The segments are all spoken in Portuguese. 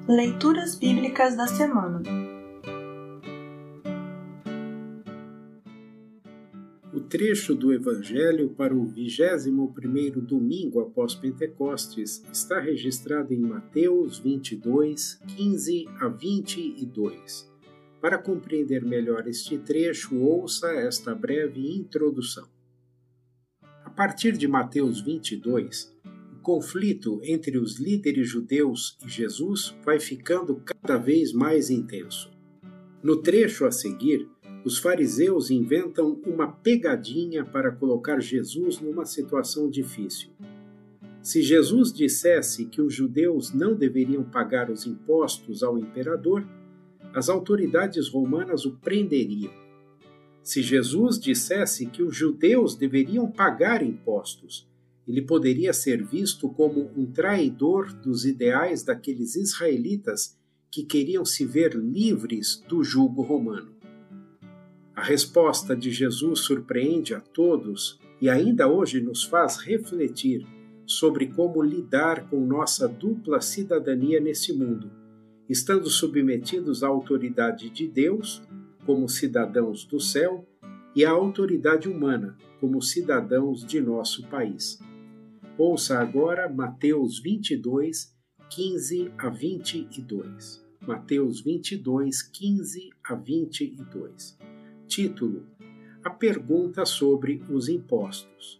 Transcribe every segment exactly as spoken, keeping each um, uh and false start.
Leituras Bíblicas da Semana. O trecho do Evangelho para o vigésimo primeiro domingo após Pentecostes está registrado em Mateus vinte e dois, quinze a vinte e dois. Para compreender melhor este trecho, ouça esta breve introdução. A partir de Mateus vinte e dois, o conflito entre os líderes judeus e Jesus vai ficando cada vez mais intenso. No trecho a seguir, os fariseus inventam uma pegadinha para colocar Jesus numa situação difícil. Se Jesus dissesse que os judeus não deveriam pagar os impostos ao imperador, as autoridades romanas o prenderiam. Se Jesus dissesse que os judeus deveriam pagar impostos, ele poderia ser visto como um traidor dos ideais daqueles israelitas que queriam se ver livres do jugo romano. A resposta de Jesus surpreende a todos e ainda hoje nos faz refletir sobre como lidar com nossa dupla cidadania nesse mundo, estando submetidos à autoridade de Deus, como cidadãos do céu, e à autoridade humana, como cidadãos de nosso país. Ouça agora Mateus vinte e dois, quinze a vinte e dois. Mateus vinte e dois, quinze a vinte e dois. Título: A pergunta sobre os impostos.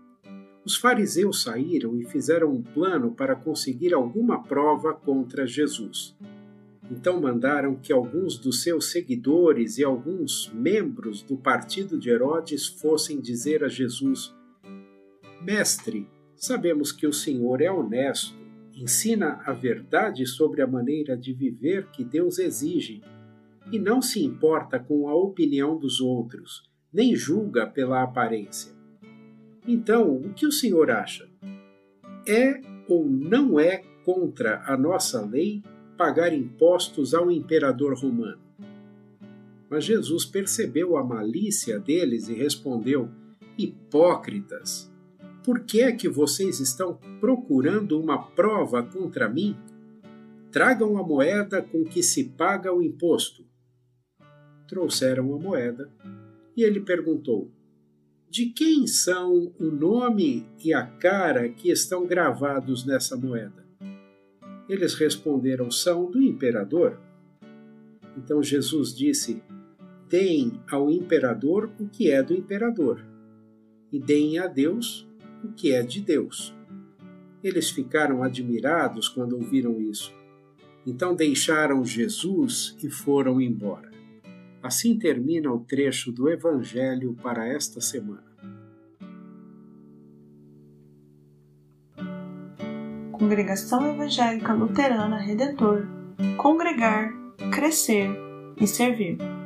Os fariseus saíram e fizeram um plano para conseguir alguma prova contra Jesus. Então mandaram que alguns dos seus seguidores e alguns membros do partido de Herodes fossem dizer a Jesus: Mestre, sabemos que o Senhor é honesto, ensina a verdade sobre a maneira de viver que Deus exige, e não se importa com a opinião dos outros, nem julga pela aparência. Então, o que o Senhor acha? É ou não é contra a nossa lei pagar impostos ao imperador romano? Mas Jesus percebeu a malícia deles e respondeu: Hipócritas! Por que é que vocês estão procurando uma prova contra mim? Tragam a moeda com que se paga o imposto. Trouxeram a moeda e ele perguntou: De quem são o nome e a cara que estão gravados nessa moeda? Eles responderam: São do imperador. Então Jesus disse: Deem ao imperador o que é do imperador, e deem a Deus o que é de Deus. Eles ficaram admirados quando ouviram isso. Então deixaram Jesus e foram embora. Assim termina o trecho do Evangelho para esta semana. Congregação Evangélica Luterana Redentor. Congregar, crescer e servir.